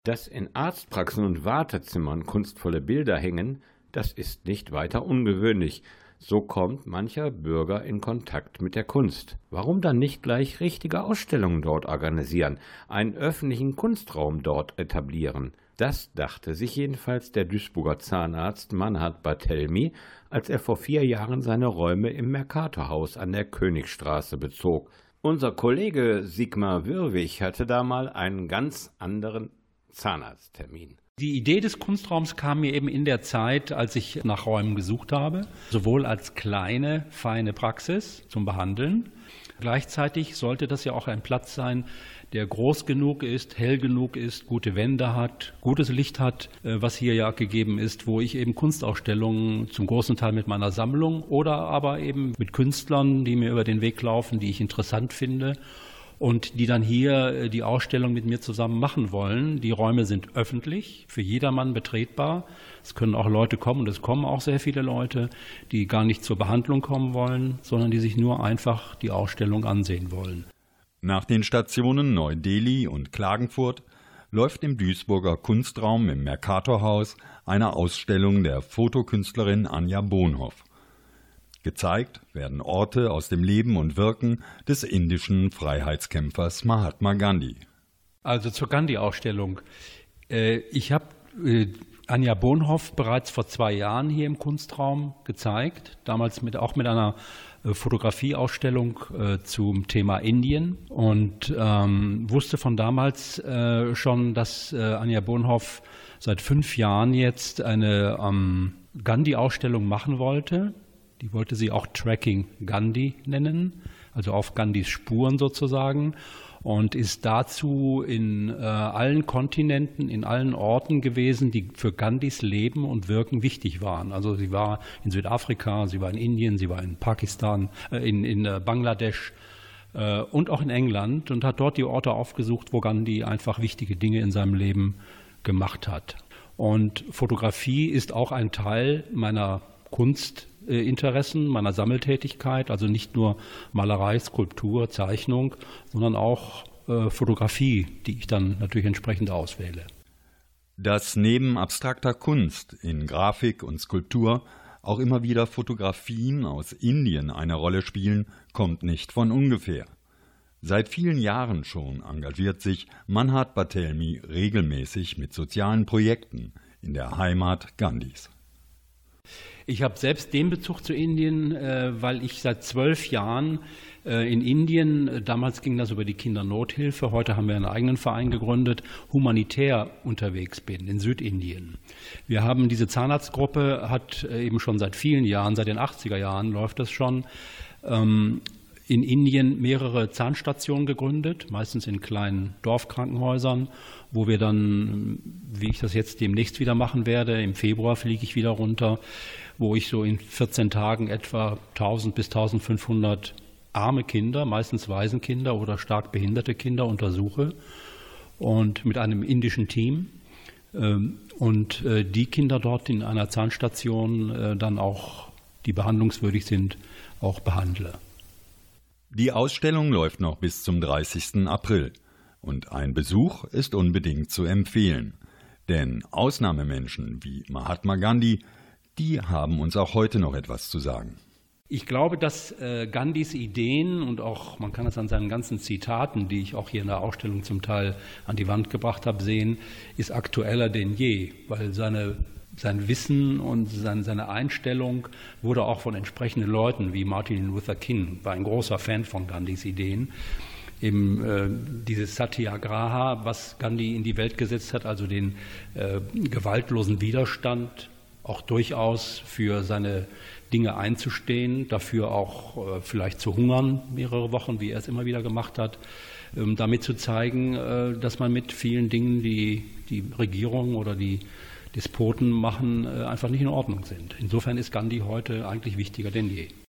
Dass in Arztpraxen und Wartezimmern kunstvolle Bilder hängen, das ist nicht weiter ungewöhnlich. So kommt mancher Bürger in Kontakt mit der Kunst. Warum dann nicht gleich richtige Ausstellungen dort organisieren, einen öffentlichen Kunstraum dort etablieren? Das dachte sich jedenfalls der Duisburger Zahnarzt Manhard Barthelmy, als er vor 4 Jahren seine Räume im Mercatorhaus an der Königstraße bezog. Unser Kollege Sigmar Wirwig hatte da mal einen ganz anderen Zahnarzttermin. Die Idee des Kunstraums kam mir eben in der Zeit, als ich nach Räumen gesucht habe, sowohl als kleine, feine Praxis zum Behandeln. Gleichzeitig sollte das ja auch ein Platz sein, der groß genug ist, hell genug ist, gute Wände hat, gutes Licht hat, was hier ja gegeben ist, wo ich eben Kunstausstellungen zum großen Teil mit meiner Sammlung oder aber eben mit Künstlern, die mir über den Weg laufen, die ich interessant finde und die dann hier die Ausstellung mit mir zusammen machen wollen. Die Räume sind öffentlich, für jedermann betretbar. Es können auch Leute kommen und es kommen auch sehr viele Leute, die gar nicht zur Behandlung kommen wollen, sondern die sich nur einfach die Ausstellung ansehen wollen. Nach den Stationen Neu-Delhi und Klagenfurt läuft im Duisburger Kunstraum im Mercatorhaus eine Ausstellung der Fotokünstlerin Anja Bonhoff. Gezeigt werden Orte aus dem Leben und Wirken des indischen Freiheitskämpfers Mahatma Gandhi. Also zur Gandhi-Ausstellung. Ich habe Anja Bonhoff bereits vor 2 Jahren hier im Kunstraum gezeigt, damals auch mit einer Fotografieausstellung zum Thema Indien und wusste von damals schon, dass Anja Bonhoff seit 5 Jahren jetzt eine Gandhi-Ausstellung machen wollte. Die wollte sie auch Tracking Gandhi nennen, also auf Gandhis Spuren sozusagen, und ist dazu in allen Kontinenten, in allen Orten gewesen, die für Gandhis Leben und Wirken wichtig waren. Also sie war in Südafrika, sie war in Indien, sie war in Pakistan, in Bangladesch und auch in England und hat dort die Orte aufgesucht, wo Gandhi einfach wichtige Dinge in seinem Leben gemacht hat. Und Fotografie ist auch ein Teil meiner Kunstinteressen, meiner Sammeltätigkeit, also nicht nur Malerei, Skulptur, Zeichnung, sondern auch Fotografie, die ich dann natürlich entsprechend auswähle. Dass neben abstrakter Kunst in Grafik und Skulptur auch immer wieder Fotografien aus Indien eine Rolle spielen, kommt nicht von ungefähr. Seit vielen Jahren schon engagiert sich Manhard Barthelmy regelmäßig mit sozialen Projekten in der Heimat Gandhis. Ich habe selbst den Bezug zu Indien, weil ich seit 12 Jahren in Indien, damals ging das über die Kindernothilfe, heute haben wir einen eigenen Verein gegründet, humanitär unterwegs bin in Südindien. Wir haben diese Zahnarztgruppe, hat eben schon seit vielen Jahren, seit den 80er Jahren läuft das schon, in Indien mehrere Zahnstationen gegründet, meistens in kleinen Dorfkrankenhäusern, wo wir dann, wie ich das jetzt demnächst wieder machen werde, im Februar fliege ich wieder runter, wo ich so in 14 Tagen etwa 1000 bis 1500 arme Kinder, meistens Waisenkinder oder stark behinderte Kinder untersuche und mit einem indischen Team und die Kinder dort in einer Zahnstation dann auch, die behandlungswürdig sind, auch behandle. Die Ausstellung läuft noch bis zum 30. April und ein Besuch ist unbedingt zu empfehlen. Denn Ausnahmemenschen wie Mahatma Gandhi, die haben uns auch heute noch etwas zu sagen. Ich glaube, dass Gandhis Ideen und auch, man kann es an seinen ganzen Zitaten, die ich auch hier in der Ausstellung zum Teil an die Wand gebracht habe, sehen, ist aktueller denn je, weil sein Wissen und seine Einstellung wurde auch von entsprechenden Leuten wie Martin Luther King, war ein großer Fan von Gandhis Ideen. Eben dieses Satyagraha, was Gandhi in die Welt gesetzt hat, also den gewaltlosen Widerstand, auch durchaus für seine Dinge einzustehen, dafür auch vielleicht zu hungern, mehrere Wochen, wie er es immer wieder gemacht hat, damit zu zeigen, dass man mit vielen Dingen, die die Regierung oder die Despoten machen, einfach nicht in Ordnung sind. Insofern ist Gandhi heute eigentlich wichtiger denn je.